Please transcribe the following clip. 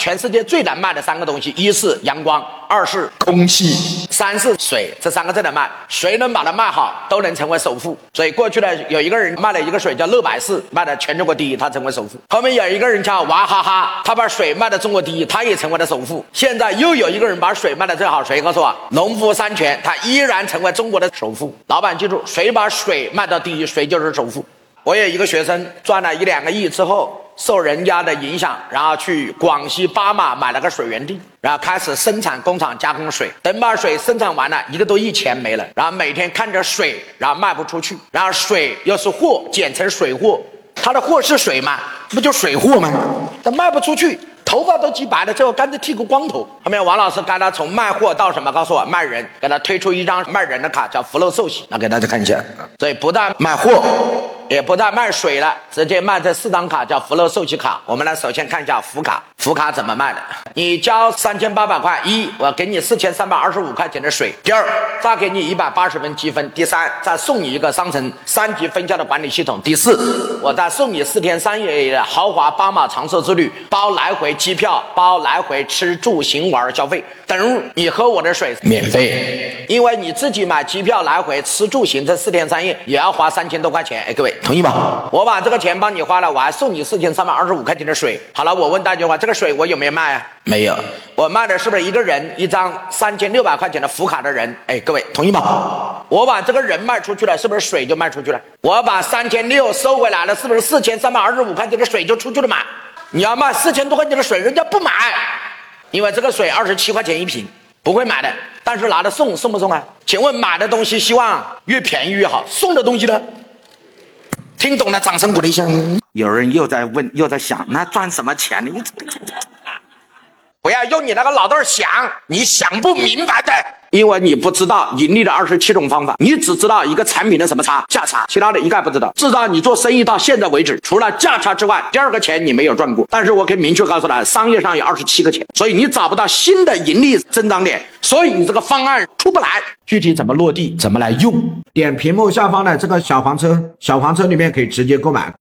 全世界最难卖的3个东西，一是阳光，二是空气，三是水，这3个最难卖。谁能把它卖好，都能成为首富。所以过去呢，有一个人卖了一个水叫乐百氏，卖的全中国第一，他成为首富。后面有一个人叫娃哈哈，他把水卖的中国第一，他也成为了首富。现在又有一个人把水卖的最好，谁告诉我？农夫山泉，他依然成为中国的首富。老板记住，谁把水卖到第一，谁就是首富。我有一个学生赚了1、2个亿之后，受人家的影响，然后去广西巴马买了个水源地，然后开始生产工厂加工水。等把水生产完了，1个多亿钱没了，然后每天看着水，然后卖不出去，然后水又是货，简称水货。他的货是水嘛，不就水货吗？他卖不出去，头发都挤白了，最后干脆剃个光头。后面王老师带他从卖货到什么？告诉我，卖人，给他推出一张卖人的卡，叫福禄寿喜。那给大家看一下，所以不但卖货，也不但卖水了，直接卖这4张卡，叫福禄寿喜卡。我们来首先看一下福卡，福卡怎么卖的？你交3800块，我给你4325块钱的水；第二，再给你180分积分；第三，再送你一个商城3级分校的管理系统；第四，我再送你4天3夜的豪华巴马长寿之旅，包来回机票，包来回吃住行玩消费，等于你喝我的水免费，因为你自己买机票来回吃住行这4天3夜也要花3000多块钱。各位同意吗？我把这个钱帮你花了，我还送你4325块钱的水。好了，我问大家话，这个水我有没有卖啊？没有。我卖的是不是一个人一张3600块钱的福卡的人？各位同意吗？我把这个人卖出去了，是不是水就卖出去了？我把3600收回来了，是不是4325块钱的水就出去了嘛？你要卖4000多块钱的水，人家不买，因为这个水27块钱1瓶，不会买的。但是拿着送不送啊？请问买的东西希望越便宜越好，送的东西呢？听懂了，掌声鼓励一下。有人又在问，又在想，那赚什么钱呢？不要用你那个脑袋想，你想不明白的，因为你不知道盈利的27种方法，你只知道一个产品的什么差，价差，其他的一概不知道。至少你做生意到现在为止，除了价差之外，第二个钱你没有赚过。但是我可以明确告诉他，商业上有27个钱，所以你找不到新的盈利增长点，所以你这个方案出不来。具体怎么落地，怎么来用，点屏幕下方的这个小黄车里面可以直接购买。